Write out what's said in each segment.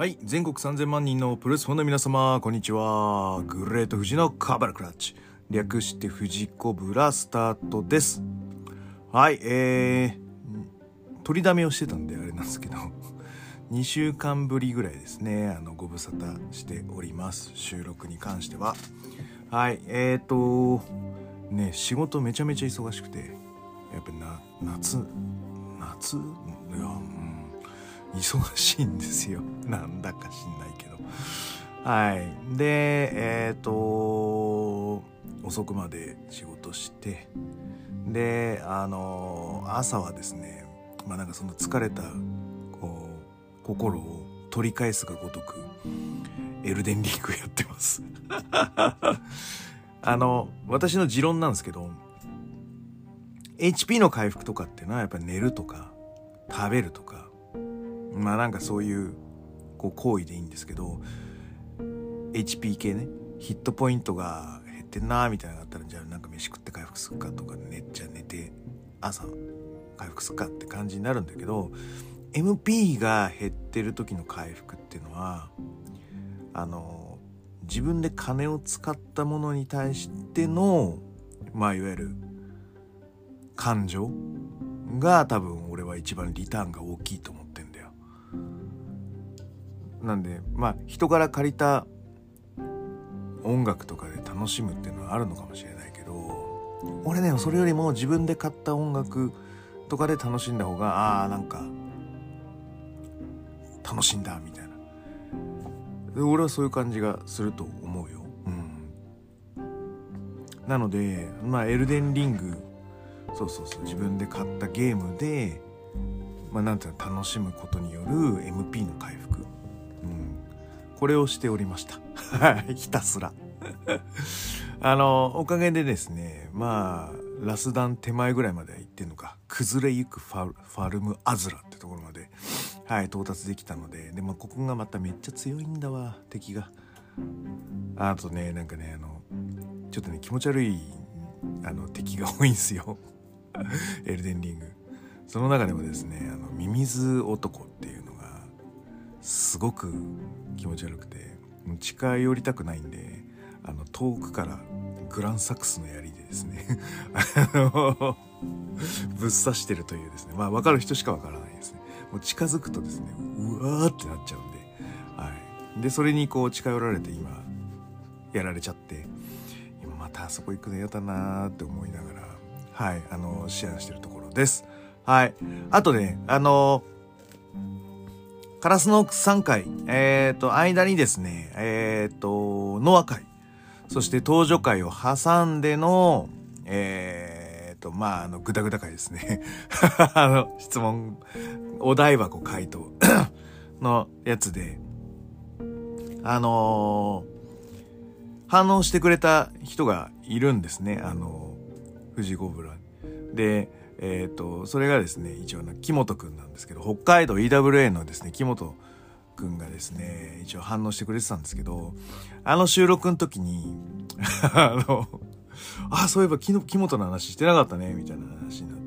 はい、全国3000万人のプロレスファンの皆様、こんにちは。グレート富士のカバルクラッチ、略して富士コブラスタートです。はい、取りだめをしてたんであれなんですけど2週間ぶりぐらいですね、ご無沙汰しております。収録に関しては。はい、ね、仕事めちゃめちゃ忙しくて、やっぱ夏いや、忙しいんですよ。なんだか知んないけど。はい。で、遅くまで仕事して、で、朝はですね、なんかその疲れた、心を取り返すがごとく、エルデンリングやってます。私の持論なんですけど、HP の回復とかっていうのはやっぱり寝るとか、食べるとか、なんかそういう行為でいいんですけど、 HP 系ね、ヒットポイントが減ってんなーみたいなのがあったら、じゃあなんか飯食って回復するかとか、じゃあ寝て朝回復するかって感じになるんだけど、 MP が減ってる時の回復っていうのは自分で金を使ったものに対してのいわゆる感情が多分俺は一番リターンが大きいと思ってんだよ。なんで人から借りた音楽とかで楽しむっていうのはあるのかもしれないけど、俺ね、それよりも自分で買った音楽とかで楽しんだ方が、なんか楽しんだみたいな、俺はそういう感じがすると思うよ。なのでエルデンリング、そう自分で買ったゲームでなんていうの、楽しむことによる MP の回復、これをしておりました。ひたすらおかげでですね、ラスダン手前ぐらいまで行ってんのか、崩れゆくファルムアズラってところまで到達できたので、でもここがまためっちゃ強いんだわ、敵が。あとね、なんかね、ちょっとね、気持ち悪い敵が多いんですよエルデンリング。その中でもですね、ミミズ男っていうのがすごく気持ち悪くて、近寄りたくないんで、遠くからグランサックスの槍でですねぶっ刺してるというですね、分かる人しか分からないですね。もう近づくとですね、うわーってなっちゃうんで、でそれに近寄られて、今やられちゃって、今またあそこ行くの嫌だなーって思いながら、シェアしてるところです。はい。あとね、カラスの3回、間にですね、ノア会、そして登場会を挟んでの、グダグダ会ですね。質問、お題箱回答のやつで、反応してくれた人がいるんですね。富士コブラで、それがですね、一応木本くんなんですけど、北海道 EWA のですね、木本くんがですね、一応反応してくれてたんですけど、収録の時にそういえば木本の話してなかったねみたいな話になって、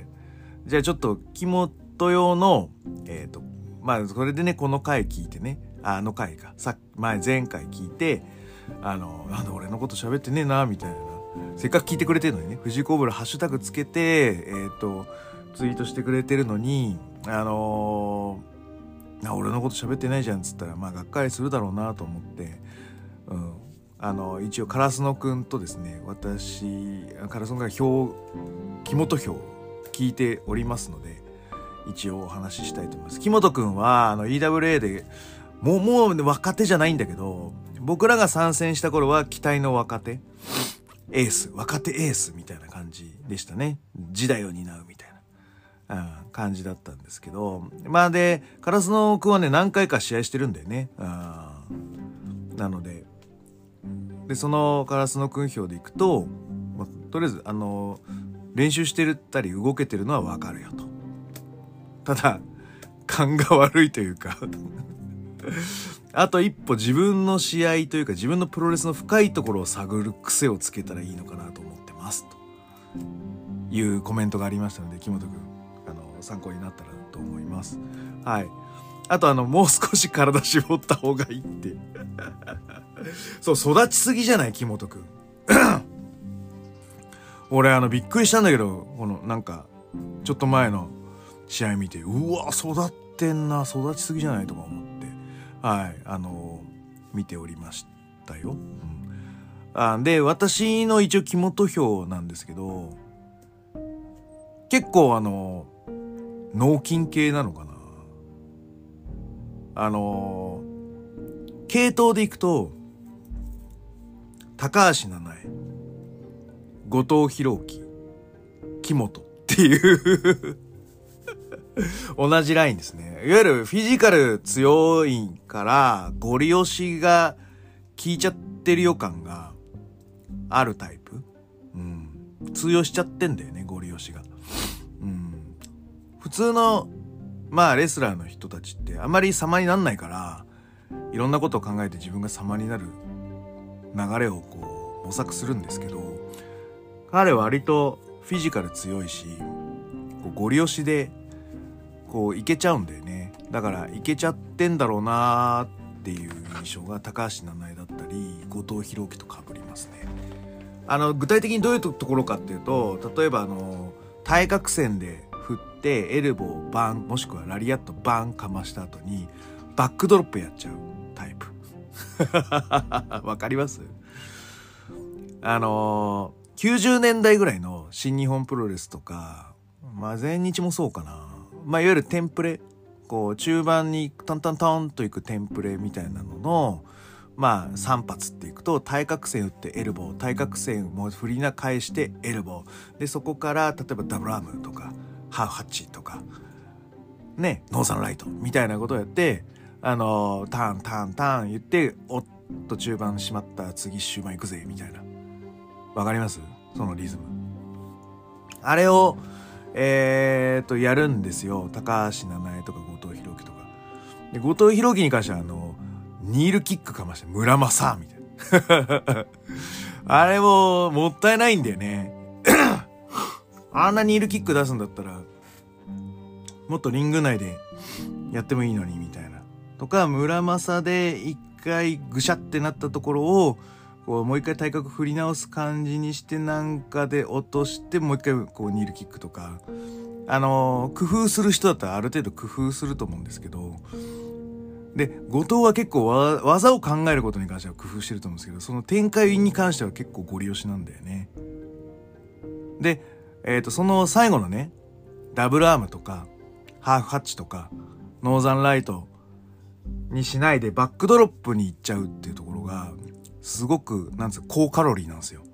じゃあちょっと木本用のそれでね、この回聞いてね、回か前回聞いて、なんで俺のこと喋ってねえなみたいな、せっかく聞いてくれてるのにね、富士コブラハッシュタグつけてツイートしてくれてるのに、俺のこと喋ってないじゃんっつったら、がっかりするだろうなと思って、一応カラスノくんとですね、私カラスノが木本票聞いておりますので、一応お話ししたいと思います。木本くんはEWA でもう若手じゃないんだけど、僕らが参戦した頃は期待の若手エースみたいな感じでしたね。時代を担うみたいな、感じだったんですけど、でカラスノくんはね、何回か試合してるんだよね。なのでそのカラスノくん票でいくと、とりあえず練習してたり動けてるのは分かるよと。ただ勘が悪いというかあと一歩自分の試合というか、自分のプロレスの深いところを探る癖をつけたらいいのかなと思ってますというコメントがありましたので、木本くん参考になったらと思います。はい。 あともう少し体絞った方がいいってそう育ちすぎじゃない木本くん俺びっくりしたんだけど、このなんかちょっと前の試合見て、うわ育ってんな、育ちすぎじゃないとか思って、はい見ておりましたよ、で私の一応木本票なんですけど、結構脳筋系なのかな。系統でいくと高橋七重、後藤弘樹、木本っていう同じラインですね。いわゆるフィジカル強いからゴリ押しが効いちゃってる予感があるタイプ、通用しちゃってんだよね、ゴリ押しが。普通のレスラーの人たちってあまり様になんないから、いろんなことを考えて自分が様になる流れをこう模索するんですけど、彼は割とフィジカル強いし、こうゴリ押しでこういけちゃうんだよね。だからいけちゃってんだろうなーっていう印象が高橋七重だったり後藤弘樹と被りますね。具体的にどういうところかっていうと、例えば対角線で振ってエルボーバンもしくはラリアットバンかました後にバックドロップやっちゃうタイプわかります？90年代ぐらいの新日本プロレスとか、全日もそうかな。いわゆるテンプレ、こう中盤にトントントンといくテンプレみたいなのの3発っていくと、対角線打ってエルボー、対角線も振りな返してエルボーで、そこから例えばダブルアームとかハーフハッチとかね、ノーザンライトみたいなことをやって、ターンターンターン言って、おっと中盤しまった、次終盤行くぜみたいな。わかります？そのリズム。あれをやるんですよ。高橋七重とか後藤弘樹とか。で後藤弘樹に関してはニールキックかまして村正みたいなあれももったいないんだよねあんなニールキック出すんだったらもっとリング内でやってもいいのにみたいな。とか村正で一回ぐしゃってなったところをこうもう一回体格振り直す感じにしてなんかで落としてもう一回こうニールキックとか、工夫する人だったらある程度工夫すると思うんですけど、で後藤は結構技を考えることに関しては工夫してると思うんですけど、その展開に関しては結構ゴリ押しなんだよね。でその最後のねダブルアームとかハーフハッチとかノーザンライトにしないでバックドロップに行っちゃうっていうところがすごく高カロリーなんですよ。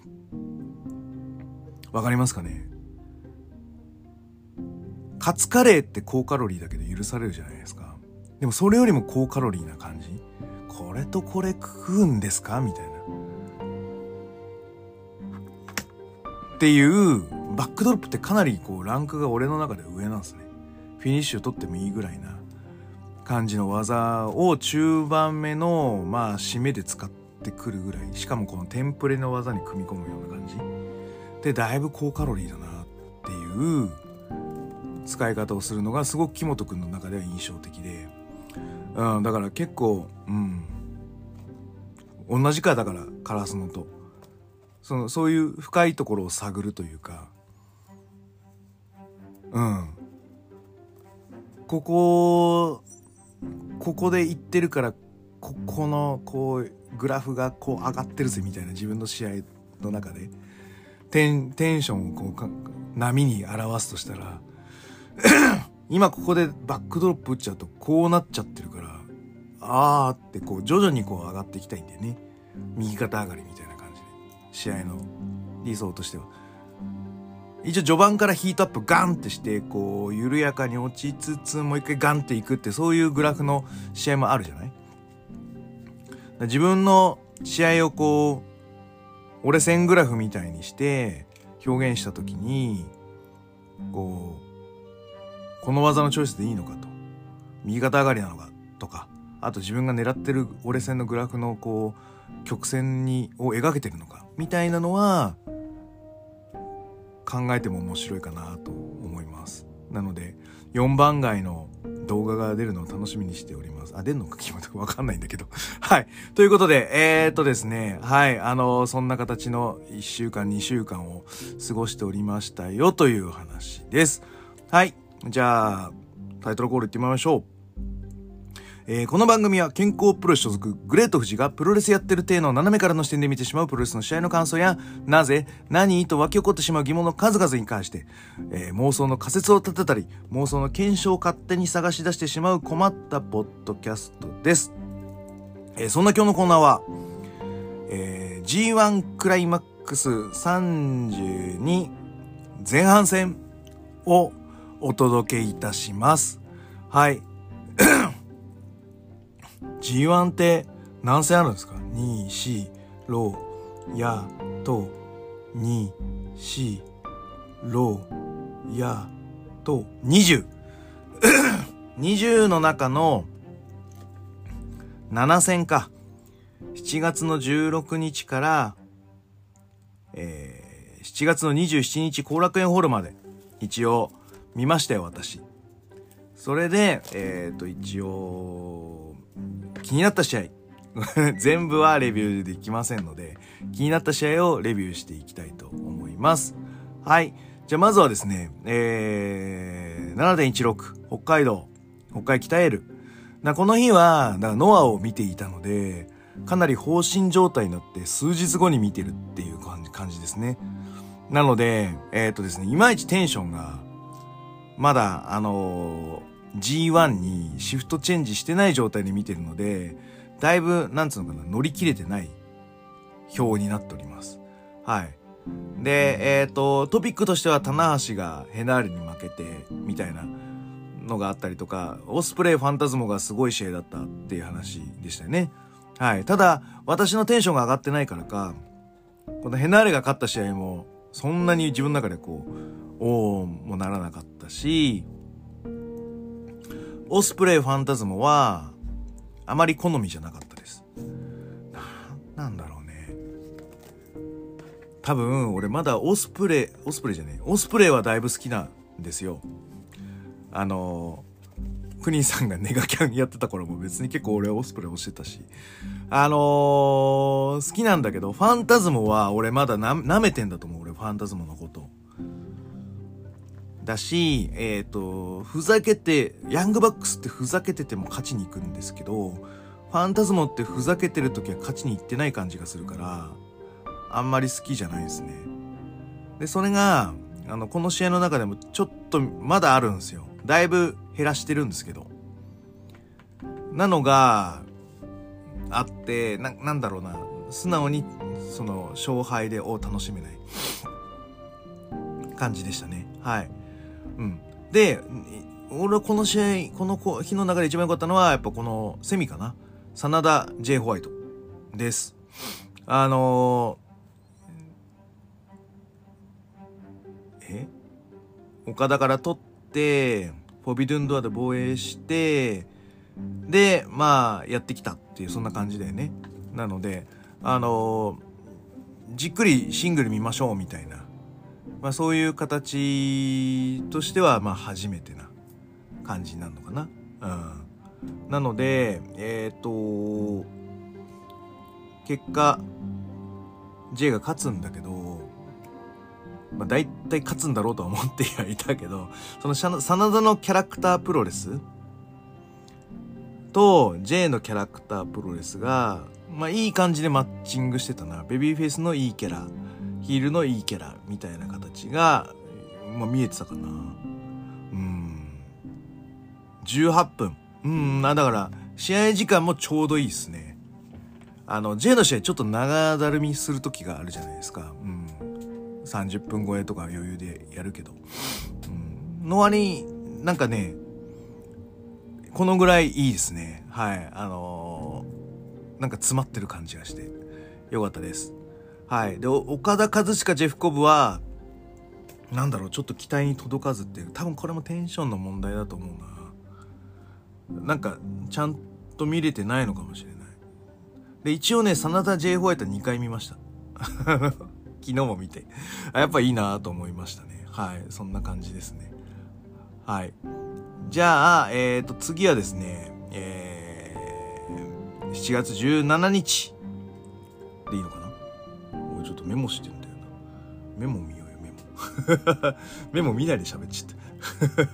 わかりますかね？カツカレーって高カロリーだけど許されるじゃないですか。でもそれよりも高カロリーな感じ。これとこれ食うんですかみたいな。っていうバックドロップってかなりこうランクが俺の中で上なんですね。フィニッシュ取ってもいいぐらいな感じの技を中盤目の締めで使ってくるぐらい。しかもこのテンプレの技に組み込むような感じで、だいぶ高カロリーだなっていう使い方をするのがすごく木本くんの中では印象的で、だから結構同じか。だからカラスノとそういう深いところを探るというか、ここで言ってるからこのこうグラフがこう上がってるぜみたいな、自分の試合の中でテンションをこう波に表すとしたら今ここでバックドロップ打っちゃうとこうなっちゃってるから、ってこう徐々にこう上がっていきたいんだよね。右肩上がりみたいな感じで試合の理想としては。一応序盤からヒートアップガンってしてこう緩やかに落ちつつもう一回ガンっていくって、そういうグラフの試合もあるじゃない。自分の試合をこう折れ線グラフみたいにして表現した時にこの技のチョイスでいいのかと、右肩上がりなのかとか、あと自分が狙ってる折れ線のグラフのこう曲線を描けてるのかみたいなのは考えても面白いかなと思います。なので4番街の動画が出るのを楽しみにしております。出んのか決まったわかんないんだけど。はい。ということで、ですね、はい、そんな形の1週間、2週間を過ごしておりましたよという話です。はい。じゃあ、タイトルコールいってみましょう。この番組は健康プロレス所属グレート富士がプロレスやってる体の斜めからの視点で見てしまうプロレスの試合の感想やなぜ何と湧き起こってしまう疑問の数々に関して、妄想の仮説を立てたり妄想の検証を勝手に探し出してしまう困ったポッドキャストです。そんな今日のコーナーは、G1 クライマックス32前半戦をお届けいたします。はい。G1 って何戦あるんですか？ 2、4、ロー、ヤ、と、2、4、ロー、ヤ、と、20。20の中の7戦か。7月の16日から、7月の27日後楽園ホールまで一応見ましたよ、私。それで、一応、気になった試合全部はレビューできませんので気になった試合をレビューしていきたいと思います。はい。じゃあまずはですね、7.16 北海鍛えるこの日はノアを見ていたのでかなり放心状態になって数日後に見てるっていう感じですね。なのでですねいまいちテンションがまだG1 にシフトチェンジしてない状態で見てるので、だいぶ、乗り切れてない表になっております。はい。で、トピックとしては、棚橋がヘナーレに負けて、みたいなのがあったりとか、オスプレイファンタズモがすごい試合だったっていう話でしたよね。はい。ただ、私のテンションが上がってないからか、このヘナーレが勝った試合も、そんなに自分の中でおーもならなかったし、オスプレイファンタズモはあまり好みじゃなかったです。なんだろうね。多分俺まだオスプレイはだいぶ好きなんですよ。クニーさんがネガキャンやってた頃も別に結構俺はオスプレイ推してたし、好きなんだけどファンタズモは俺まだ舐めてんだと思う。俺ファンタズモのことだし、ふざけて、ヤングバックスってふざけてても勝ちに行くんですけど、ファンタズモってふざけてる時は勝ちに行ってない感じがするから、あんまり好きじゃないですね。で、それが、この試合の中でもちょっとまだあるんですよ。だいぶ減らしてるんですけど。なのが、あって、なんだろうな、素直に、勝敗で楽しめない感じでしたね。はい。うん。で、俺はこの試合、この日の中で一番良かったのは、やっぱこのセミかな。真田 J ホワイトです。岡田から取って、フォビドゥンドアで防衛して、で、やってきたっていう、そんな感じだよね。なので、じっくりシングル見ましょうみたいな。そういう形としては初めてな感じになるのかな。なので結果 J が勝つんだけど、だいたい勝つんだろうとは思ってはいたけど、その真田のキャラクタープロレスと J のキャラクタープロレスがいい感じでマッチングしてたな。ベビーフェイスのいいキャラ、ヒールのいいキャラみたいな形が、見えてたかな。18分。だから、試合時間もちょうどいいですね。J の試合ちょっと長だるみする時があるじゃないですか。30分超えとか余裕でやるけど。の割に、このぐらいいいですね。はい。詰まってる感じがして、よかったです。はい。で、岡田和親ジェフコブは、ちょっと期待に届かずっていう、多分これもテンションの問題だと思うな。ちゃんと見れてないのかもしれない。で、一応ね、真田 J ホワイト2回見ました。昨日も見て。やっぱいいなと思いましたね。はい。そんな感じですね。はい。 じゃあ、次はですね、7月17日でいいのかな。俺ちょっとメモしてんだよな。メモ見ようよ、メモ。メモ見ないで喋っちゃった。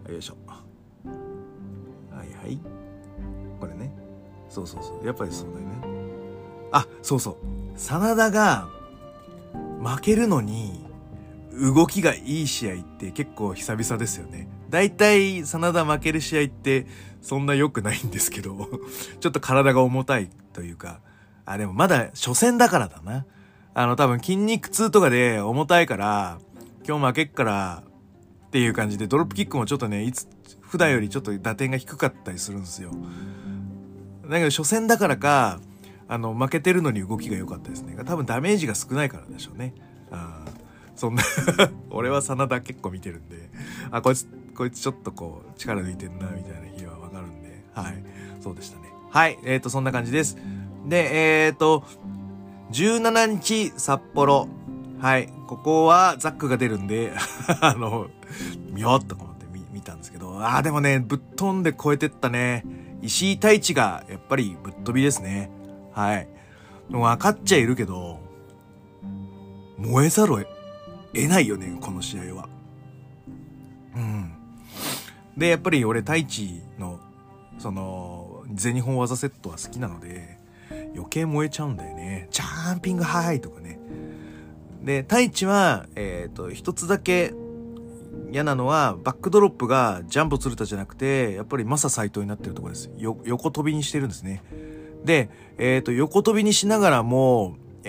よいしょ。はいはい。これね。そうそうそう。やっぱりそうだよね。あ、そうそう。真田が負けるのに動きがいい試合って結構久々ですよね。だいたい真田負ける試合ってそんな良くないんですけど、ちょっと体が重たいというか、でもまだ初戦だからだな。多分筋肉痛とかで重たいから、今日負けっからっていう感じで、ドロップキックもちょっとね、普段よりちょっと打点が低かったりするんですよ。だけど初戦だからか、負けてるのに動きが良かったですね。多分ダメージが少ないからでしょうね。そんな俺は真田結構見てるんで、こいつちょっとこう力抜いてんなみたいな日はわかるんで、はい、そうでしたね。はい、そんな感じです。で、17日札幌、はい、ここはザックが出るんで見ようと思って見たんですけど、でもね、ぶっ飛んで超えてったね。石井太一がやっぱりぶっ飛びですね。はい。分かっちゃいるけど、燃えざるを得ないよね、この試合は。うん。で、やっぱり俺太一の全日本技セットは好きなので、余計燃えちゃうんだよね。ジャンピングハイとかね。で、太一は、一つだけ嫌なのは、バックドロップがジャンボ鶴田じゃなくて、やっぱりマサ斎藤になってるところです。横飛びにしてるんですね。で、横飛びにしながらも、ジ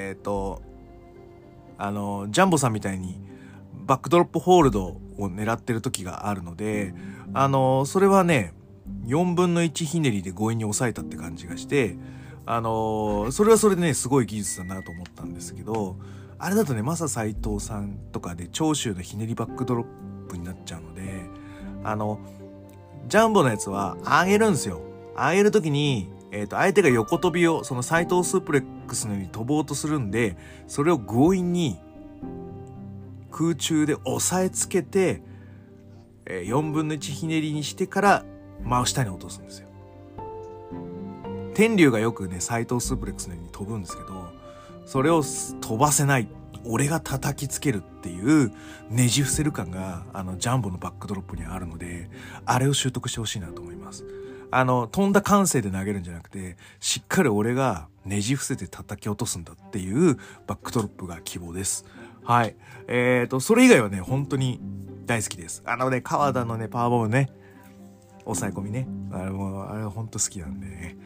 ャンボさんみたいにバックドロップホールドを狙ってる時があるので、それはね、4分の1ひねりで強引に抑えたって感じがして、それはそれでね、すごい技術だなと思ったんですけど、あれだとね、マサ斎藤さんとかで長州のひねりバックドロップになっちゃうので、ジャンボのやつは上げるんですよ。上げる時に、相手が横飛びを、その斎藤スープレックスのように飛ぼうとするんで、それを強引に空中で押さえつけて、4分の1ひねりにしてから真下に落とすんですよ。天竜がよくね、斎藤スープレックスのように飛ぶんですけど、それを飛ばせない。俺が叩きつけるっていうねじ伏せる感が、ジャンボのバックドロップにあるので、あれを習得してほしいなと思います。飛んだ感性で投げるんじゃなくて、しっかり俺がねじ伏せて叩き落とすんだっていうバックドロップが希望です。はい。それ以外はね、本当に大好きです。川田のね、パワーボムね、抑え込みね。あれ本当好きなんでね。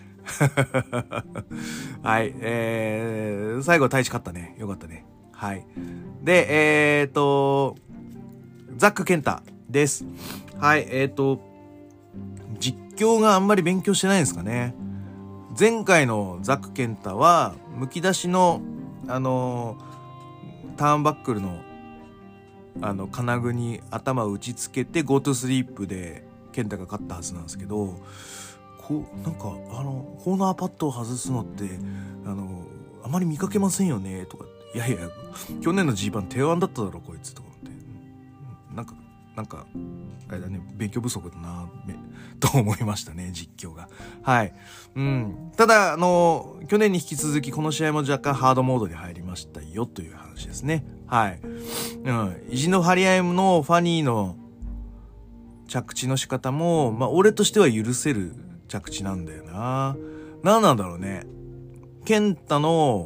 はい。最後、太一勝ったね。よかったね。はい。で、ザック・ケンタです。はい。実況があんまり勉強してないんですかね。前回のザック・ケンタは、むき出しの、ターンバックルの、金具に頭を打ちつけて、ゴートゥースリープで、ケンタが勝ったはずなんですけど、なんかコーナーパッドを外すのってあまり見かけませんよねとか、いや去年の G1 手腕だっただろこいつとかって、なんかあれだね、勉強不足だなと思いましたね、実況が。はい。ただ去年に引き続きこの試合も若干ハードモードに入りましたよという話ですね。はい。意地の張り合いのファニーの着地の仕方も、俺としては許せる着地なんだよな。何なんだろうね。ケンタの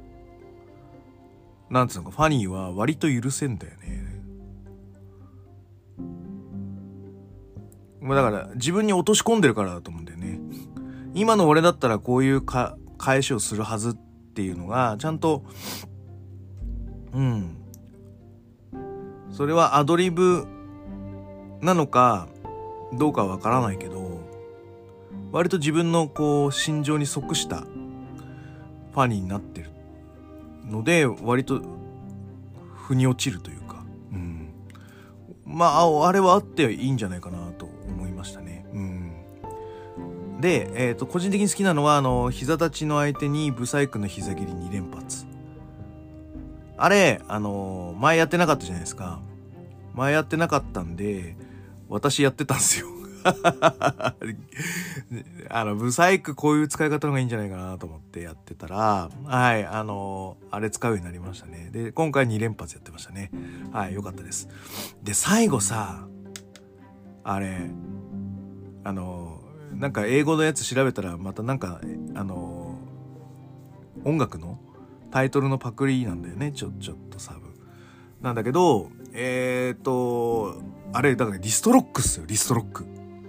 なんつうのか、ファニーは割と許せんだよね。だから自分に落とし込んでるからだと思うんだよね。今の俺だったらこういう返しをするはずっていうのがちゃんと、それはアドリブなのかどうかはわからないけど、割と自分の心情に即したファニーになってるので、割と腑に落ちるというか、あれはあっていいんじゃないかなと思いましたね。で、個人的に好きなのは膝立ちの相手にブサイクの膝蹴り2連発。あれ前やってなかったじゃないですか。前やってなかったんで、 私やってたんですよ。ブサイクこういう使い方の方がいいんじゃないかなと思ってやってたら、はい、あれ使うようになりましたね。で、今回2連発やってましたね。はい、よかったです。で、最後さ、あれ、なんか英語のやつ調べたら、またなんか、音楽のタイトルのパクリなんだよね。ちょっとサブ。なんだけど、あれ、だからリストロックっすよ、リストロック。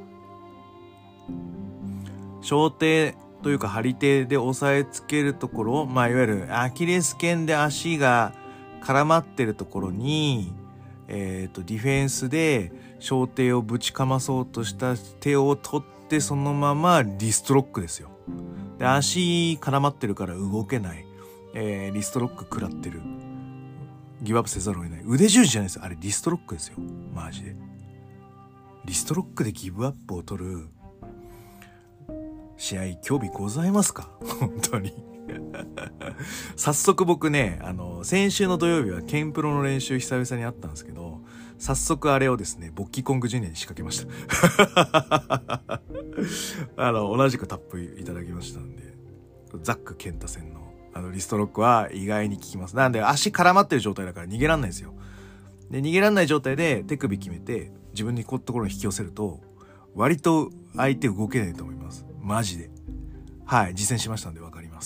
小手というか張り手で押さえつけるところ、まあいわゆるアキレス腱で足が絡まってるところに、ディフェンスで小手をぶちかまそうとした手を取ってそのままリストロックですよ。で、足絡まってるから動けない。リストロック食らってる。ギブアップせざるを得ない。腕十字じゃないですよ。あれリストロックですよ。マジで。リストロックでギブアップを取る試合興味ございますか？本当に。早速僕ね、先週の土曜日はケンプロの練習久々にあったんですけど、早速あれをですね、ボッキーコングジュニアに仕掛けました。同じくタップいただきましたんで、ザック健太戦のリストロックは意外に効きます。なんで足絡まってる状態だから逃げらんないんですよ。で、逃げらんない状態で手首決めて自分にこういうところに引き寄せると、割と相手動けないと思います。マジで。はい、実践しましたんでわかります。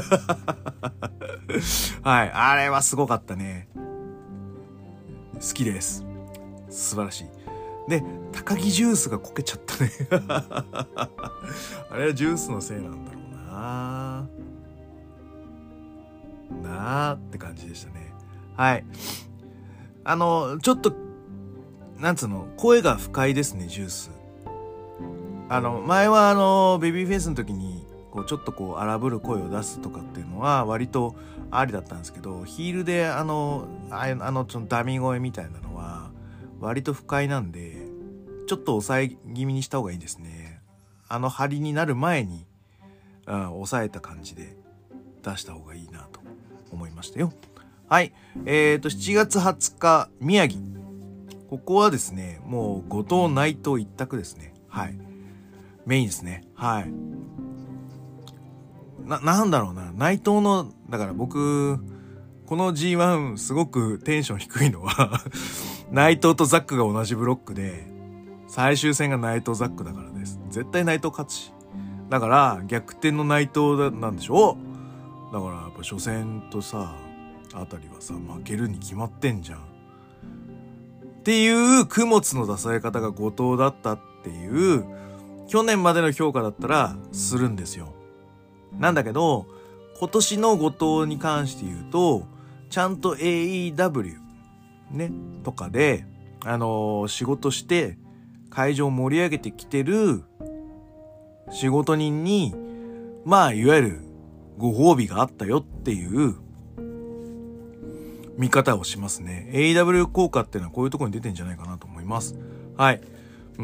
はい、あれはすごかったね。好きです。素晴らしい。で、高木ジュースがこけちゃったね。あれはジュースのせいなんだろうなーって感じでしたね。はい。ちょっと、なんつうの、声が不快ですね、ジュース。前はベビーフェイスの時に、こう、ちょっとこう、荒ぶる声を出すとかっていうのは、割とありだったんですけど、ヒールでちょっとダミ声みたいなのは、割と不快なんで、ちょっと抑え気味にした方がいいですね。張りになる前に、抑えた感じで出した方がいいなと思いましたよ。はい。7月20日、宮城。ここはですね、もう後藤内藤一択ですね。はい。メインですね。はい。なんだろうな。内藤の、だから僕、この G1 すごくテンション低いのは、内藤とザックが同じブロックで、最終戦が内藤ザックだからです。絶対内藤勝つし。だから逆転の内藤なんでしょ？だからやっぱ初戦とさ、あたりはさ、負けるに決まってんじゃん。っていう供物の出され方が後藤だったっていう、去年までの評価だったらするんですよ。なんだけど、今年の後藤に関して言うと、ちゃんと AEW ね、とかで、仕事して会場を盛り上げてきてる仕事人に、まあ、いわゆるご褒美があったよっていう見方をしますね。AEW 効果っていうのはこういうところに出てんじゃないかなと思います。はい。うん。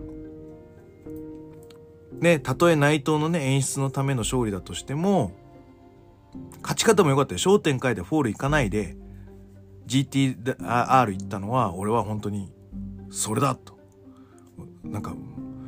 ね、たとえ内藤のね、演出のための勝利だとしても、勝ち方も良かったよ。焦点回でフォール行かないで、GTR 行ったのは、俺は本当に、それだと。なんか、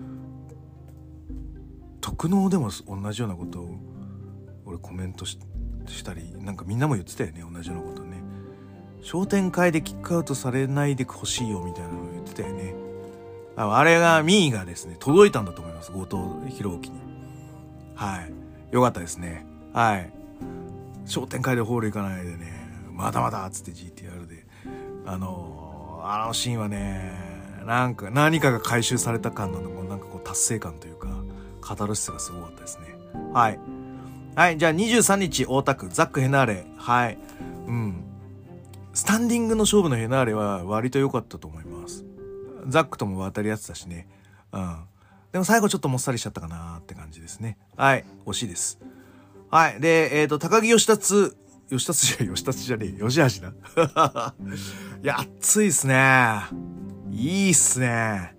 特納でも同じようなことを、俺コメントしたり、なんかみんなも言ってたよね、同じようなことね。焦点回でキックアウトされないでほしいよ、みたいなのを言ってたよね。あれが、ミーがですね、届いたんだと思います。後藤弘樹に。はい。よかったですね。はい。商店会でホール行かないでね、まだまだっつって GTR で。あのシーンはね、なんか、何かが回収された感なのも、なんかこう達成感というか、カタルシスがすごかったですね。はい。はい。じゃあ23日、大田区、ザック・ヘナーレ。はい。うん。スタンディングの勝負のヘナーレは割と良かったと思います。ザックとも渡り合ってたしね。うん。でも最後ちょっともっさりしちゃったかなーって感じですね。はい。惜しいです。はい。で、高木義達じゃねえ。吉橋な。いや、熱いっすね。いいっすね。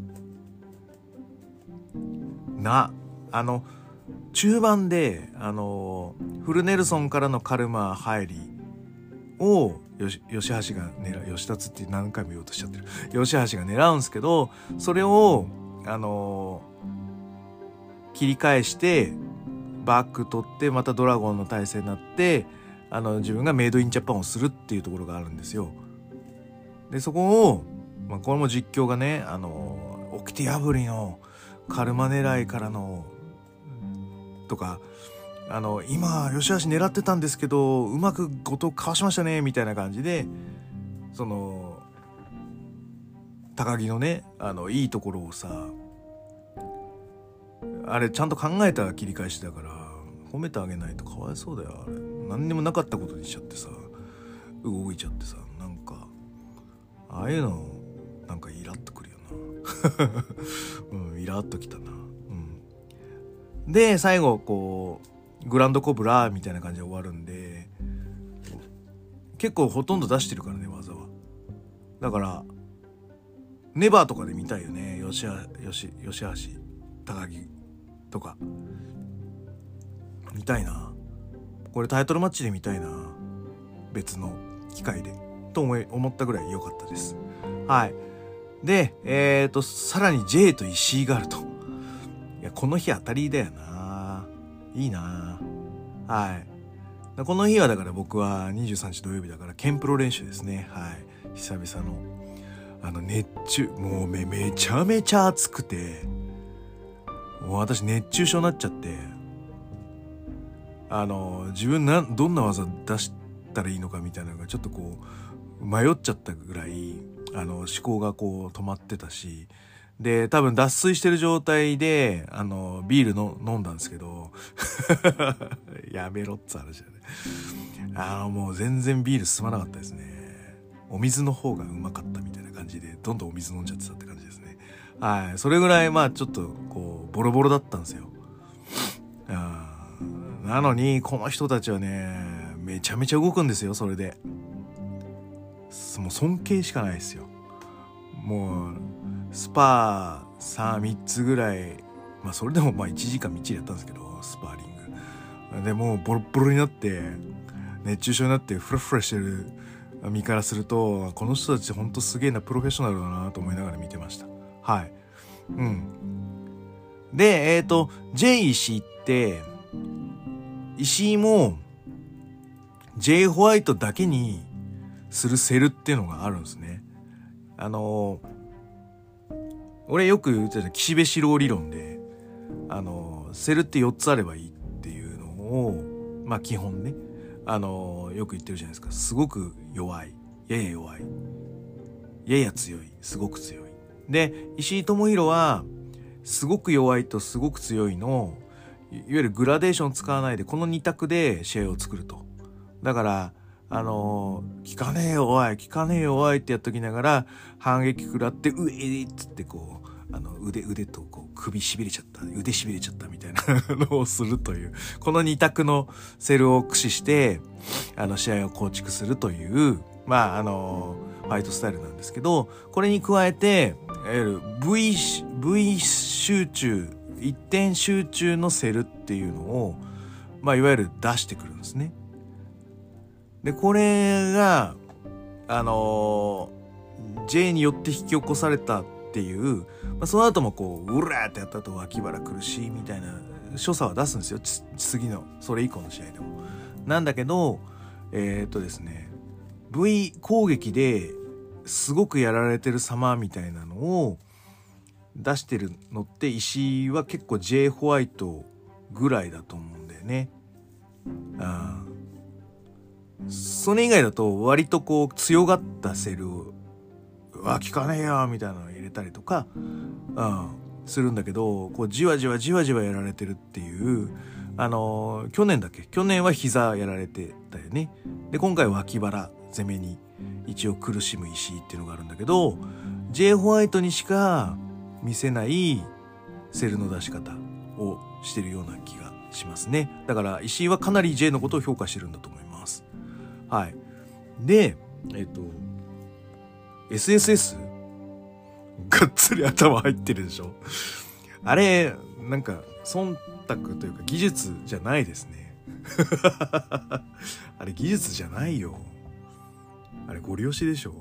中盤で、フルネルソンからのカルマ入りを吉橋が吉達って何回も言おうとしちゃってる。吉橋が狙うんですけど、それを、切り返して、バック取って、またドラゴンの体勢になって、自分がメイドインジャパンをするっていうところがあるんですよ。で、そこを、これも実況がね、掟破りのカルマ狙いからの、とか、今、吉橋狙ってたんですけど、うまく後藤かわしましたね、みたいな感じで、高木のね、いいところをさ、あれちゃんと考えた切り返しだから、褒めてあげないとかわいそうだよ。あれ何にもなかったことにしちゃってさ、動いちゃってさ、なんかああいうのなんかイラっとくるよなイラっときたな。で最後こうグランドコブラみたいな感じで終わるんで、結構ほとんど出してるからね、技は。だからネバーとかで見たいよね、吉橋高木とか見たいな。これタイトルマッチで見たいな、別の機会でと思ったぐらい良かったです。はい。でさらに J と石井があると。いやこの日当たりだよな、いいな。はい。この日はだから僕は23日土曜日だからケンプロ練習ですね。はい。久々の熱中、もうめちゃめちゃ暑くて、もう私熱中症になっちゃって、自分どんな技出したらいいのかみたいなのがちょっとこう迷っちゃったぐらい思考がこう止まってたし、で多分脱水してる状態でビールの飲んだんですけどやめろっつ話だね。もう全然ビール進まなかったですね。お水の方がうまかったみたいな感じで、どんどんお水飲んじゃってたって感じですね。はい。それぐらいまあちょっとこうボロボロだったんですよ。なのにこの人たちはねめちゃめちゃ動くんですよ。それでもう尊敬しかないですよ。もうスパー3つぐらい、まあそれでもまあ1時間みっちりやったんですけど、スパーリングでもうボロボロになって熱中症になってフラフラしてる身からすると、この人たちほんとすげえな、プロフェッショナルだなと思いながら見てました。はい。でJ 石井って石井も J ホワイトだけにするセルっていうのがあるんですね。俺よく言ってた岸辺四郎理論で、セルって4つあればいいっていうのをまあ基本ねよく言ってるじゃないですか。すごく弱い、やや弱い、やや強い、すごく強い。で石井智弘はすごく弱いとすごく強いのいわゆるグラデーション使わないでこの2択で試合を作ると。だから効かねえよおい効かねえよおいってやっときながら反撃食らってうえっつってこう腕とこう首しびれちゃった、腕しびれちゃったみたいなのをするという、この2択のセルを駆使して試合を構築するというまあファイトスタイルなんですけど、これに加えていわゆる V 集中、一点集中のセルっていうのをまあいわゆる出してくるんですね。でこれがJ によって引き起こされたっていう、まあ、その後もこううらーってやった後脇腹苦しいみたいな所作は出すんですよ、次のそれ以降の試合でも。なんだけどですね V 攻撃ですごくやられてる様みたいなのを出してるのって石井は結構 J ホワイトぐらいだと思うんだよね。それ以外だと割とこう強がったセルを効かねえよみたいなのを入れたりとか、するんだけど、こうじわじわやられてるっていう去年は膝やられてたよね。で今回脇腹攻めに一応苦しむ石井っていうのがあるんだけど、 J ホワイトにしか見せないセルの出し方をしてるような気がしますね。だから石井はかなり J のことを評価してるんだと思います。はい。でSSS がっつり頭入ってるでしょ。あれなんか忖度というか技術じゃないですねあれ技術じゃないよ。 あれゴリ押しでしょ。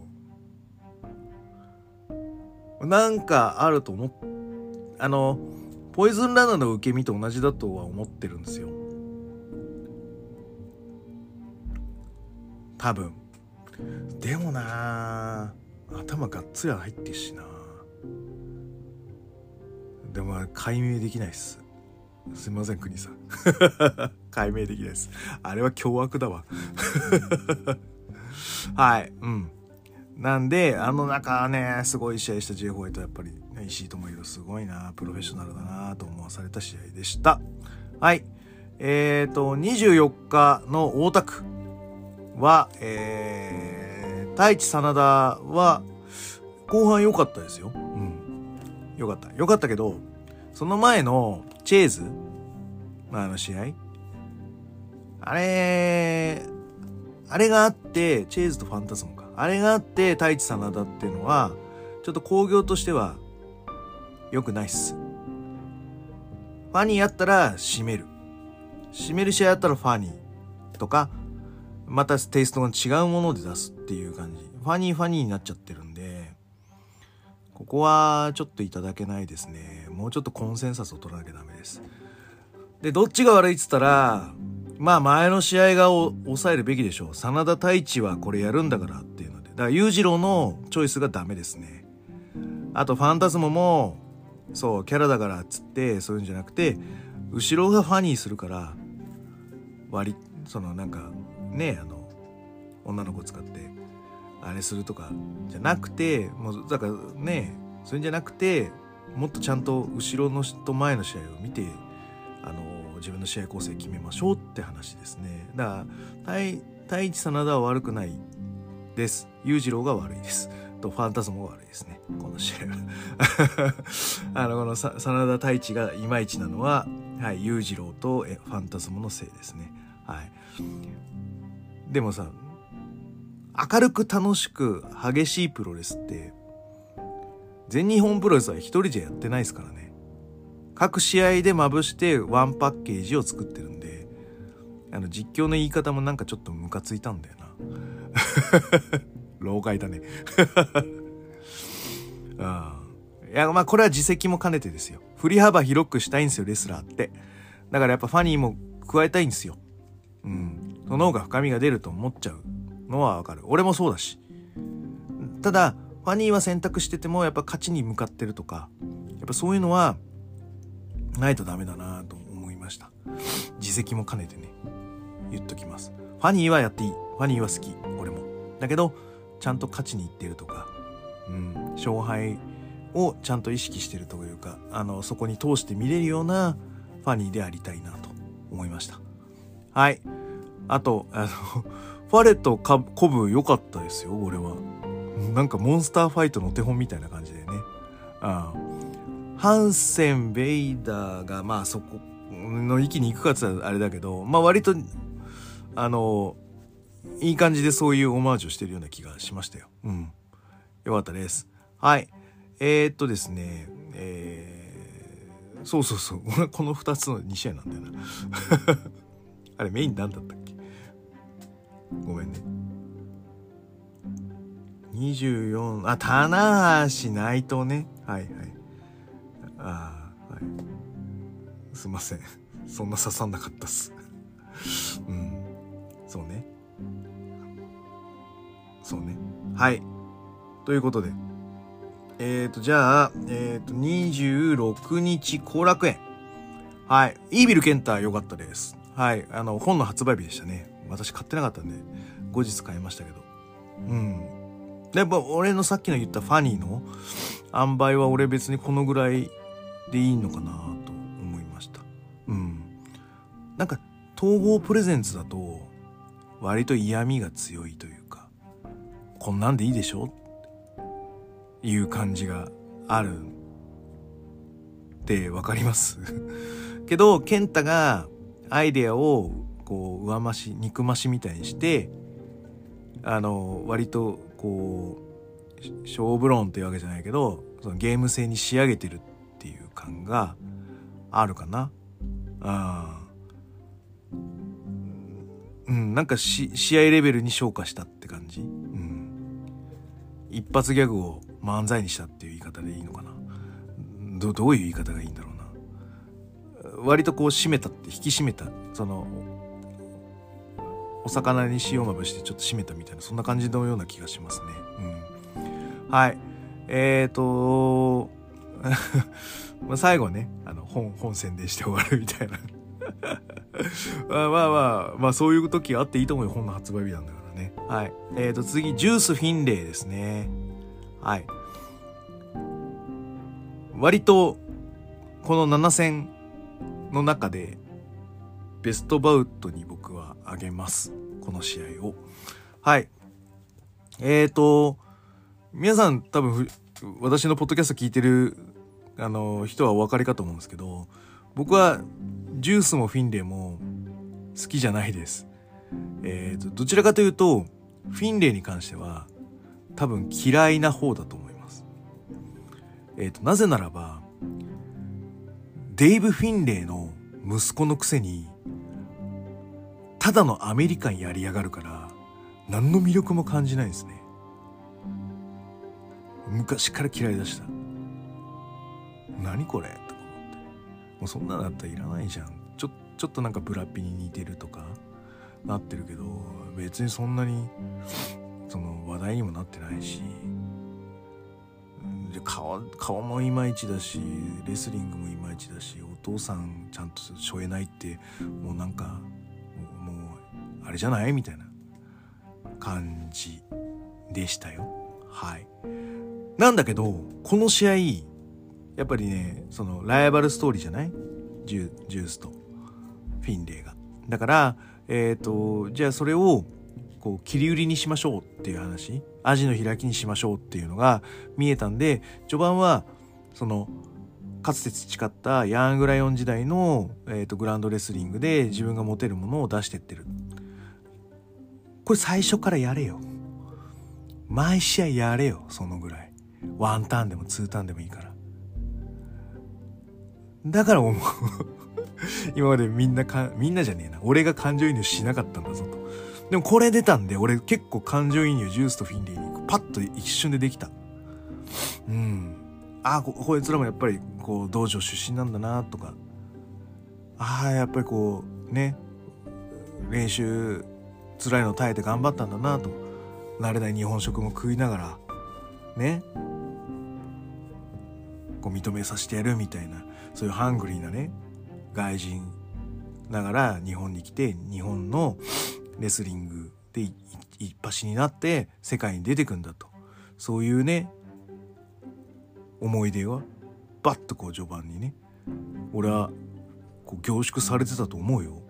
なんかあると思っポイズンラナの受け身と同じだとは思ってるんですよ、多分。でもな、頭がっつり入ってるしな。でも解明できないっす。すいません国さん解明できないです。あれは凶悪だわはい、なんで中はね、すごい試合した J ホワイト、やっぱり石井智弘すごいな、プロフェッショナルだなと思わされた試合でした。はい、24日の大田区は、太一真田は後半良かったですよ。良かったけど、その前のチェーズの試合、あれがあって、チェーズとファンタズムか、あれがあって太一真田っていうのはちょっと興行としては良くないっす。ファニーやったら締める試合やったらファニーとか、またテイストが違うもので出すっていう感じ。ファニーになっちゃってるんで、ここはちょっといただけないですね。もうちょっとコンセンサスを取らなきゃダメです。で、どっちが悪いっつったら、まあ前の試合が抑えるべきでしょう。真田太一はこれやるんだからっていうので、だから裕次郎のチョイスがダメですね。あとファンタズモもそうキャラだからっつってそういうんじゃなくて、後ろがファニーするからなんかね、女の子使ってあれするとかじゃなくて、もうだからね、それじゃなくて、もっとちゃんと後ろのと前の試合を見て、自分の試合構成決めましょうって話ですね。だから太一真田は悪くないです。裕次郎が悪いですと、ファンタズムが悪いですね、この試合はこの真田太一がいまいちなのは、はい、裕次郎とファンタズムのせいですね。はい。でもさ、明るく楽しく激しいプロレスって全日本プロレスは一人じゃやってないですからね。各試合でまぶしてワンパッケージを作ってるんで、実況の言い方もなんかちょっとムカついたんだよな老害だねいや、まあこれは自責も兼ねてですよ。振り幅広くしたいんですよ、レスラーって。だからやっぱファニーも加えたいんですよ。その方が深みが出ると思っちゃうのはわかる。俺もそうだし。ただファニーは選択しててもやっぱ勝ちに向かってるとか、やっぱそういうのはないとダメだなと思いました。自責も兼ねてね、言っときます。ファニーはやっていい。ファニーは好き、俺も。だけどちゃんと勝ちにいってるとか、勝敗をちゃんと意識してるというか、そこに通して見れるようなファニーでありたいなと思いました。はい。あとファレとコブ良かったですよ、俺は。なんかモンスターファイトの手本みたいな感じでね。ハンセン、ベイダーがまあそこの域に行くかつあれだけど、まあ割といい感じでそういうオマージュをしてるような気がしましたよ。よかったです。はい。ですね、そうこの2つの2試合なんだよなあれメインなんだったっけ、ごめんね。24、棚橋内藤ね。はいはい、すいません、そんな刺さんなかったっすそうねはい、ということでじゃあ26日後楽園、はい、イービルケンタ良かったです。はい、本の発売日でしたね。私買ってなかったんで後日買いましたけど、やっぱ俺のさっきの言ったファニーの塩梅は俺別にこのぐらいでいいのかなと思いました。なんか統合プレゼンツだと割と嫌味が強いというか、こんなんでいいでしょっていう感じがあるってわかりますけど、健太がアイデアをこう上増し肉増しみたいにして割とこう勝負論っていうわけじゃないけど、そのゲーム性に仕上げてるっていう感があるかな。なんか試合レベルに昇華したって感じ。 一発ギャグを漫才にしたっていう言い方でいいのかな。どういう言い方がいいんだろうな。割とこう締めたって引き締めた、そのお魚に塩まぶしてちょっと締めたみたいな、そんな感じのような気がしますね。はい。まあ最後ね、本宣伝して終わるみたいな。まあそういう時あっていいと思うよ。本の発売日なんだからね。はい。次、ジュースフィンレイですね。はい。割と、この7戦の中で、ベストバウトに僕はあげます。この試合を。はい。皆さん多分、私のポッドキャスト聞いてる、人はお分かりかと思うんですけど、僕は、ジュースもフィンレイも好きじゃないです。どちらかというと、フィンレイに関しては、多分嫌いな方だと思います。なぜならば、デイブ・フィンレイの息子のくせに、ただのアメリカンやりやがるから、何の魅力も感じないですね。昔から嫌いだした。何これとか思って。もうそんなのだったらいらないじゃん。ちょっとなんかブラピに似てるとかなってるけど、別にそんなにその話題にもなってないし、顔もいまいちだし、レスリングもいまいちだし、お父さんちゃんとしょえないって、もうなんかもうあれじゃないみたいな感じでしたよ。はい。なんだけどこの試合やっぱりね、そのライバルストーリーじゃない？ジュースとフィンレイが。だからじゃあそれをこう切り売りにしましょうっていう話、アジの開きにしましょうっていうのが見えたんで、序盤はそのかつて培ったヤングライオン時代の、グラウンドレスリングで自分が持てるものを出してってる。これ最初からやれよ。毎試合やれよ。そのぐらい。ワンターンでもツーターンでもいいから。だから思う。今までみんなじゃねえな。俺が感情移入しなかったんだぞと。でもこれ出たんで、俺結構感情移入ジュースとフィンレイにパッと一瞬でできた。こいつらもやっぱりこう道場出身なんだなとか。やっぱりこうね、練習辛いの耐えて頑張ったんだなと。慣れない日本食も食いながらね、こう認めさせてやるみたいな、そういうハングリーなね、外人ながら日本に来て、日本のレスリングで一発になって世界に出てくんだと、そういうね思い出はバッとこう序盤にね、俺はこう凝縮されてたと思うよ。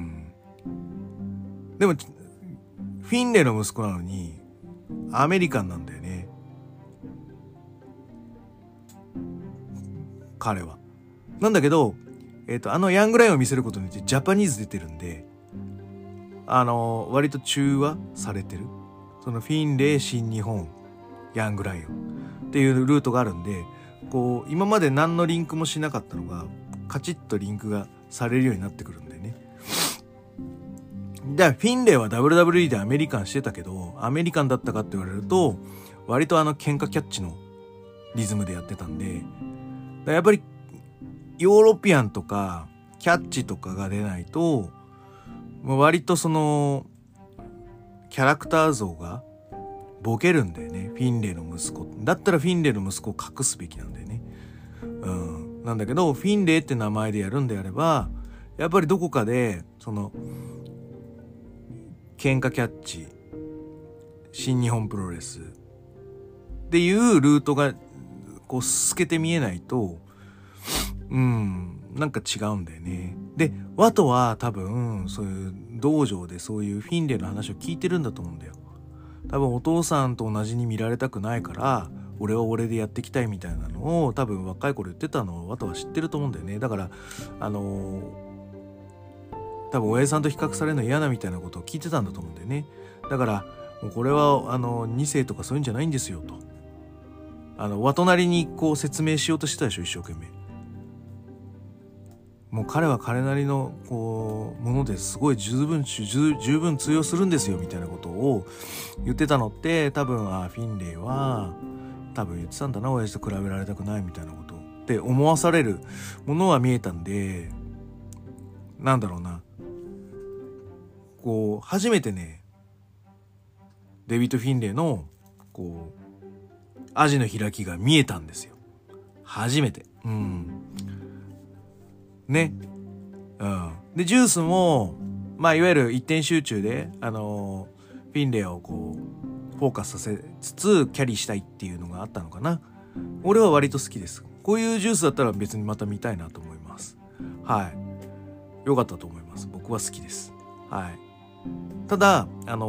でもフィンレイの息子なのにアメリカンなんだよね、彼は。なんだけどヤングライオンを見せることによってジャパニーズ出てるんで、割と中和されてる、そのフィンレイ、新日本、ヤングライオンっていうルートがあるんで、こう今まで何のリンクもしなかったのがカチッとリンクがされるようになってくるんだよね。でフィンレイは WWE でアメリカンしてたけど、アメリカンだったかって言われると割と喧嘩キャッチのリズムでやってたんで、やっぱりヨーロピアンとかキャッチとかが出ないと、割とそのキャラクター像がボケるんだよね。フィンレイの息子だったらフィンレイの息子を隠すべきなんだよね。なんだけどフィンレイって名前でやるんであれば、やっぱりどこかでその喧嘩キャッチ、新日本プロレスっていうルートがこう透けて見えないと、なんか違うんだよね。でワトは多分そういう道場でそういうフィンレイの話を聞いてるんだと思うんだよ。多分お父さんと同じに見られたくないから、俺は俺でやっていきたいみたいなのを多分若い頃言ってたのをワトは知ってると思うんだよね。だから多分親父さんと比較されるの嫌なみたいなことを聞いてたんだと思うんだよね。だからもうこれは2世とかそういうんじゃないんですよと、ワトなりにこう説明しようとしてたでしょ、一生懸命。 もう彼は彼なりのこうものですごい十分通用するんですよみたいなことを言ってたのって、多分フィンレイは多分言ってたんだな、親父と比べられたくないみたいなことって思わされるものは見えたんで、なんだろうな、こう初めてねデビッド・フィンレイのこうアジの開きが見えたんですよ、初めて。ね。でジュースもまあいわゆる一点集中でフィンレイをこうフォーカスさせつつキャリーしたいっていうのがあったのかな。俺は割と好きです。こういうジュースだったら別にまた見たいなと思います。はい。良かったと思います。僕は好きです。はい。ただ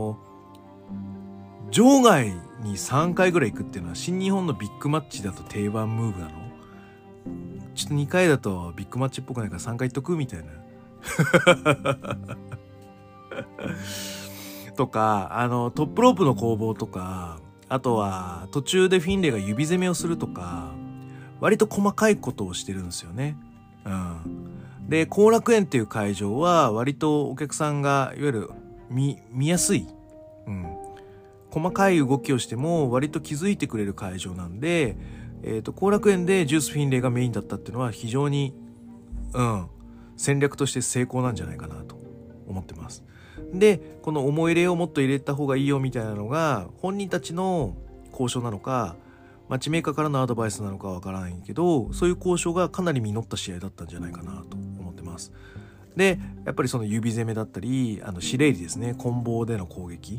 場外に3回ぐらい行くっていうのは新日本のビッグマッチだと定番ムーブなの？ちょっと2回だとビッグマッチっぽくないから3回行っとくみたいなとかトップロープの攻防とか、あとは途中でフィンレイが指攻めをするとか、割と細かいことをしてるんですよね。で後楽園っていう会場は割とお客さんがいわゆる見やすい、細かい動きをしても割と気づいてくれる会場なんで、後楽園でジュース・フィンレイがメインだったっていうのは非常に、戦略として成功なんじゃないかなと思ってます。でこの思い入れをもっと入れた方がいいよみたいなのが本人たちの交渉なのかマッチメーカーからのアドバイスなのかわからないけど、そういう交渉がかなり実った試合だったんじゃないかなと思ってます。でやっぱりその指攻めだったりシレイリですね、棍棒での攻撃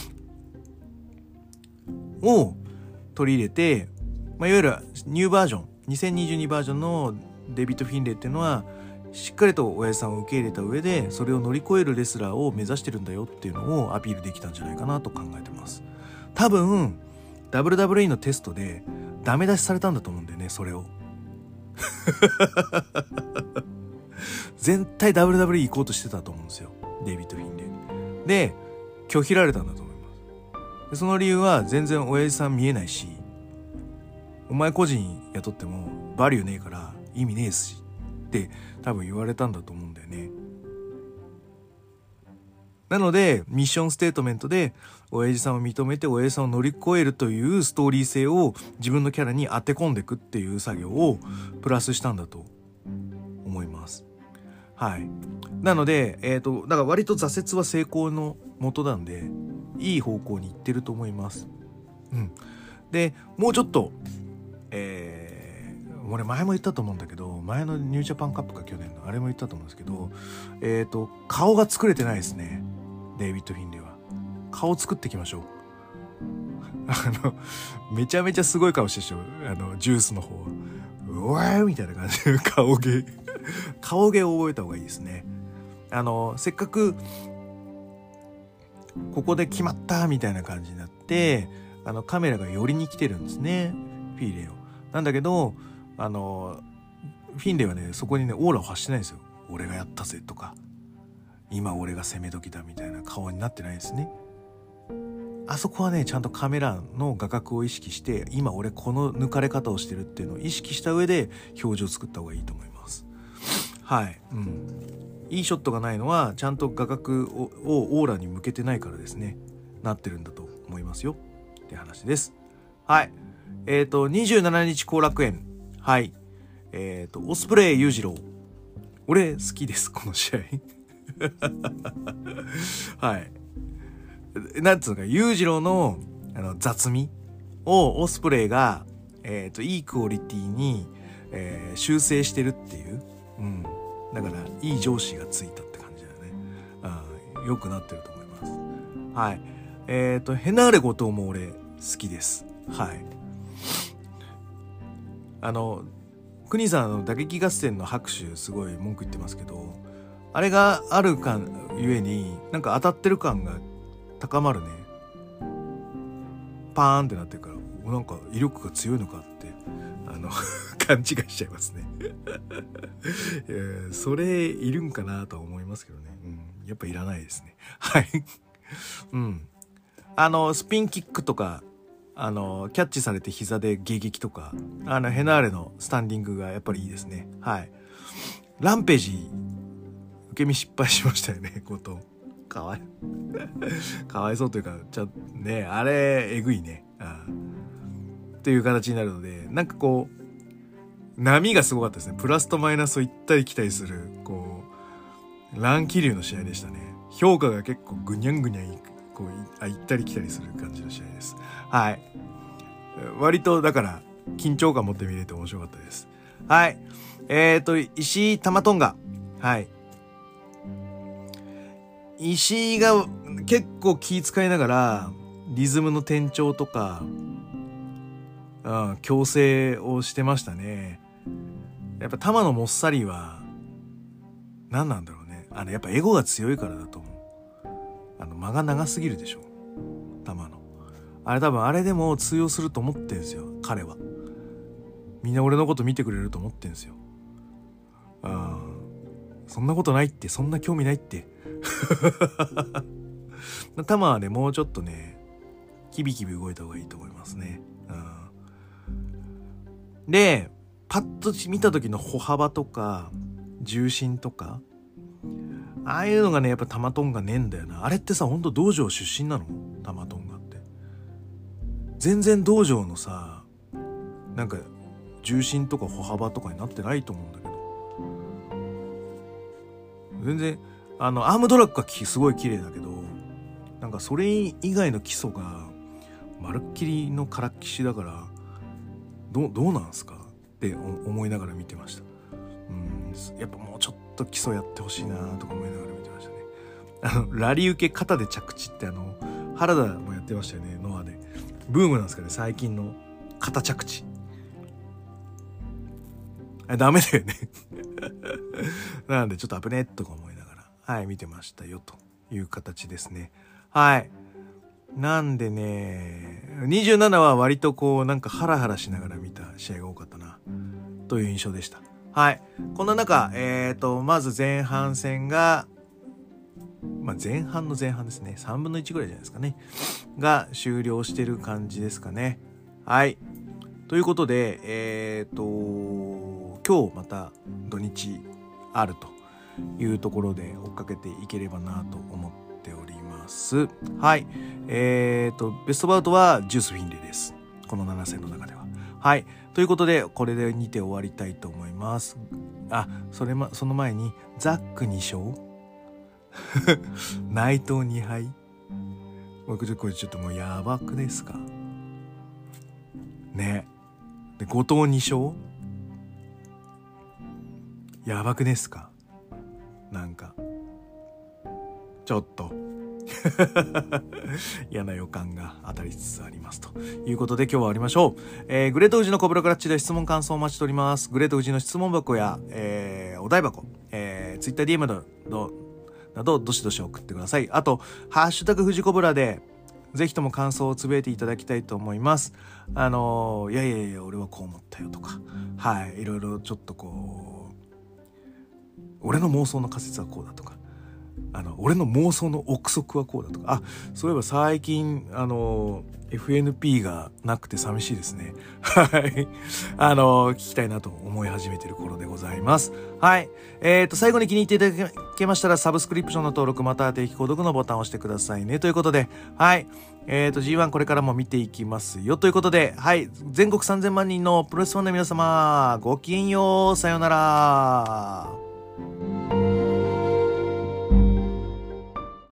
を取り入れて、いわゆるニューバージョン2022バージョンのデビッド・フィンレイっていうのはしっかりと親父さんを受け入れた上でそれを乗り越えるレスラーを目指してるんだよっていうのをアピールできたんじゃないかなと考えてます。多分 WWE のテストでダメ出しされたんだと思うんだよね、それを絶対 WWE 行こうとしてたと思うんですよ、デビッド・フィンレイで拒否られたんだと思います。でその理由は全然親父さん見えないし、お前個人雇ってもバリューねえから意味ねえしって多分言われたんだと思うんだよね。なのでミッションステートメントで親父さんを認めて親父さんを乗り越えるというストーリー性を自分のキャラに当て込んでいくっていう作業をプラスしたんだと思います。はい。なのでだから割と挫折は成功の元なんでいい方向に行ってると思います。でもうちょっと俺前も言ったと思うんだけど、前のニュージャパンカップか去年のあれも言ったと思うんですけど、顔が作れてないですね、デイビッド・フィンレイは。顔作っていきましょうめちゃめちゃすごい顔してるでしょ、ジュースの方はうわーみたいな感じで顔芸を覚えた方がいいですね。せっかくここで決まったみたいな感じになってカメラが寄りに来てるんですね、フィンレイを。なんだけどフィンレイはねそこにねオーラを発してないんですよ。俺がやったぜとか今俺が攻め時だみたいな顔になってないですね。あそこはねちゃんとカメラの画角を意識して今俺この抜かれ方をしてるっていうのを意識した上で表情を作った方がいいと思います。はい。いいショットがないのはちゃんと画角をオーラに向けてないからですね、なってるんだと思いますよって話です。はい。27日後楽園。はい。オスプレイ裕次郎。俺好きです、この試合。はい。なんつうのか、裕次郎の雑味をオスプレイが、いいクオリティに、修正してるっていう。だから、いい上司がついたって感じだよね。良くなってると思います。はい。ヘナーレ後藤も俺好きです。はい。国さん打撃合戦の拍手すごい文句言ってますけど、あれがあるかゆえになんか当たってる感が高まるね。パーンってなってるからなんか威力が強いのかって勘違いしちゃいますねそれいるんかなとは思いますけどね、やっぱいらないですね。はいスピンキックとかキャッチされて膝で迎撃とかヘナーレのスタンディングがやっぱりいいですね。はい。 ランページ受け身失敗しましたよね。後藤かわいそうというかね、あれえぐいね。っていう形になるので、なんかこう波がすごかったですね。プラスとマイナスを行ったり来たりするこう乱気流の試合でしたね。評価が結構ぐにゃんぐにゃんこう行ったり来たりする感じの試合です。はい。割とだから緊張感持って見れて面白かったです。はい。石井玉トンガ。はい。石井が結構気遣いながらリズムの転調とか、矯正をしてましたね。やっぱ玉のもっさりは何なんだろうね。やっぱエゴが強いからだと思う。間が長すぎるでしょ。玉の。多分あれでも通用すると思ってんですよ。彼は。みんな俺のこと見てくれると思ってんですよ。そんなことないって、そんな興味ないって。玉はね、もうちょっとね、キビキビ動いた方がいいと思いますね。で、パッと見た時の歩幅とか、重心とか、ああいうのがね、やっぱ玉トンガねえんだよな。あれってさ、ほんと道場出身なの？玉トンガって。全然道場のさ、なんか、重心とか歩幅とかになってないと思うんだけど。全然、アームドラッグはすごい綺麗だけど、なんかそれ以外の基礎が、まるっきりのからっきしだから、どうなんすかって思いながら見てました。やっぱもうちょっと基礎やってほしいなとか思いながら見てましたね。ラリ受け肩で着地って原田もやってましたよね、ノアで。ブームなんですかね、最近の肩着地。ダメだよね。なんでちょっと危ねえとか思いながら、はい、見てましたよという形ですね。はい。なんでね、27は割とこうなんかハラハラしながら見た試合が多かったなという印象でした。はい。こんな中、まず前半戦が、前半の前半ですね。3分の1ぐらいじゃないですかね。が終了してる感じですかね。はい。ということで、今日また土日あるというところで追っかけていければなと思っております。はい。ベストバウトはジュースフィンレイです。この7戦の中では。はい。ということで、これでにて終わりたいと思います。その前に、ザック2勝内藤2敗これちょっともうやばくですかね。で、後藤2勝やばくですかなんか、ちょっと。嫌な予感が当たりつつありますということで今日は終わりましょう。グレート富士のコブラクラッチで質問感想をお待ちしております。グレート富士の質問箱や、お題箱、TwitterDM などどしどし送ってください。あとハッシュタグ富士コブラでぜひとも感想をつぶやいていただきたいと思います。いや俺はこう思ったよとか、はい、いろいろちょっとこう俺の妄想の仮説はこうだとか、俺の妄想の憶測はこうだとか、そういえば最近FNP がなくて寂しいですね。はい。聞きたいなと思い始めている頃でございます。はい。最後に気に入っていただけましたら、サブスクリプションの登録または定期購読のボタンを押してくださいね。ということで、はい。G1 これからも見ていきますよ。ということで、はい。全国3000万人のプロレスファンの皆様、ごきげんよう。さようなら。